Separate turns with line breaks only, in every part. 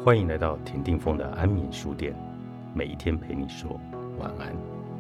欢迎来到田定峰的安眠书店，每一天陪你说晚安。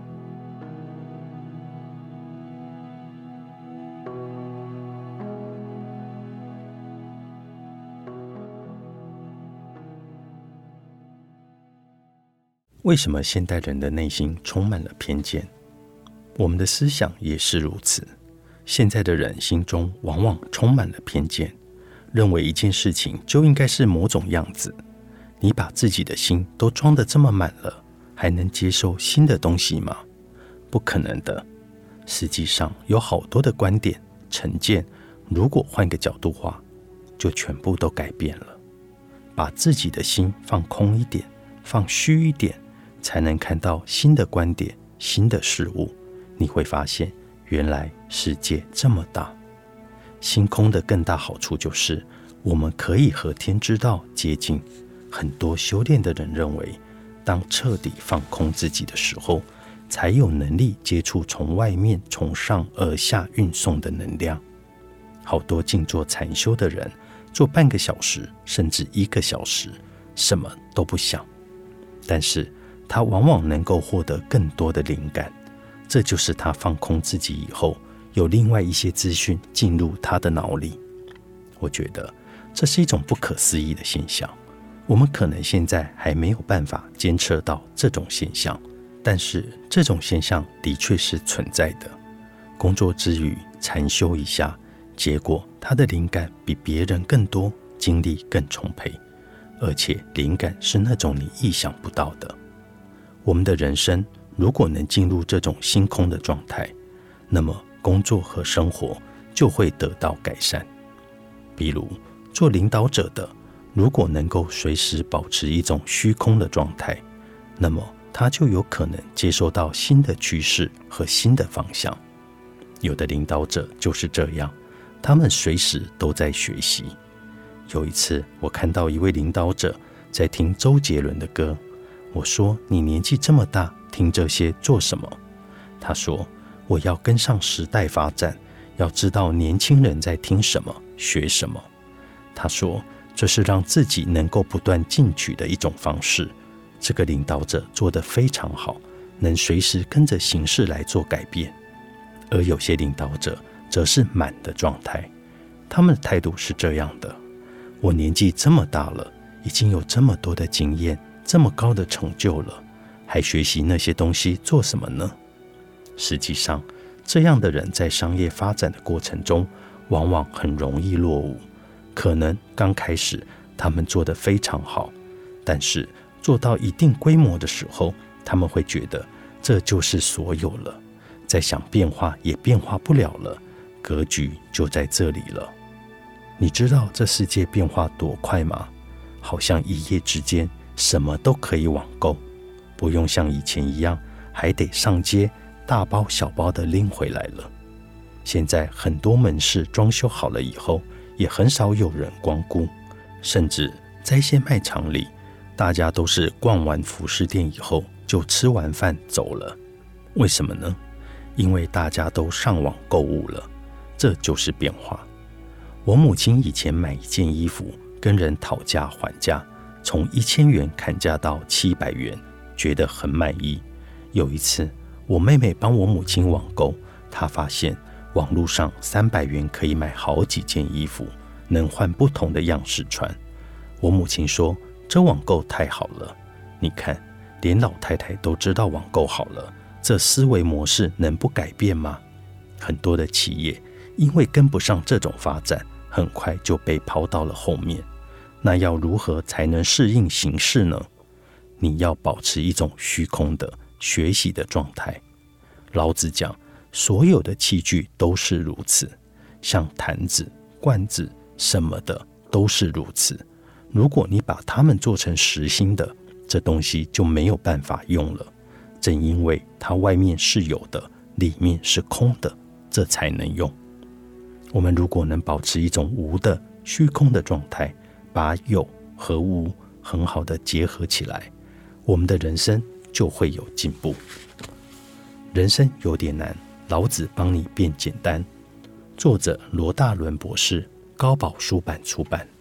为什么现代人的内心充满了偏见？我们的思想也是如此。现在的人心中往往充满了偏见，认为一件事情就应该是某种样子。你把自己的心都装得这么满了，还能接受新的东西吗？不可能的。实际上有好多的观点、成见，如果换个角度化，就全部都改变了。把自己的心放空一点，放虚一点，才能看到新的观点、新的事物。你会发现，原来世界这么大。心空的更大好处就是，我们可以和天之道接近。很多修炼的人认为，当彻底放空自己的时候，才有能力接触从外面从上而下运送的能量。好多静坐禅修的人，做半个小时甚至1个小时，什么都不想，但是他往往能够获得更多的灵感。这就是他放空自己以后，有另外一些资讯进入他的脑里。我觉得这是一种不可思议的现象。我们可能现在还没有办法监测到这种现象，但是这种现象的确是存在的。工作之余禅修一下，结果他的灵感比别人更多，精力更充沛，而且灵感是那种你意想不到的。我们的人生如果能进入这种心空的状态，那么工作和生活就会得到改善。比如做领导者的，如果能够随时保持一种虚空的状态，那么他就有可能接收到新的趋势和新的方向。有的领导者就是这样，他们随时都在学习。有一次我看到一位领导者在听周杰伦的歌，我说：你年纪这么大，听这些做什么？他说：我要跟上时代发展，要知道年轻人在听什么，学什么。他说：这是让自己能够不断进取的一种方式。这个领导者做得非常好，能随时跟着形势来做改变。而有些领导者则是满的状态，他们的态度是这样的：我年纪这么大了，已经有这么多的经验，这么高的成就了，还学习那些东西做什么呢？实际上，这样的人在商业发展的过程中，往往很容易落伍。可能刚开始他们做得非常好，但是做到一定规模的时候，他们会觉得这就是所有了，再想变化也变化不了了，格局就在这里了。你知道这世界变化多快吗？好像一夜之间什么都可以网购，不用像以前一样还得上街大包小包的拎回来了。现在很多门市装修好了以后，也很少有人光顾，甚至在一些卖场里，大家都是逛完服饰店以后就吃完饭走了。为什么呢？因为大家都上网购物了，这就是变化。我母亲以前买一件衣服，跟人讨价还价，从1000元砍价到700元，觉得很满意。有一次，我妹妹帮我母亲网购，她发现网络上300元可以买好几件衣服，能换不同的样式穿。我母亲说：这网购太好了，你看，连老太太都知道网购好了，这思维模式能不改变吗？很多的企业因为跟不上这种发展，很快就被抛到了后面。那要如何才能适应形势呢？你要保持一种虚空的学习的状态。老子讲，所有的器具都是如此，像坛子、罐子什么的都是如此。如果你把它们做成实心的，这东西就没有办法用了。正因为它外面是有的，里面是空的，这才能用。我们如果能保持一种无的虚空的状态，把有和无很好的结合起来，我们的人生就会有进步。人生有点难，老子帮你变简单。作者罗大伦博士，高宝书版出版。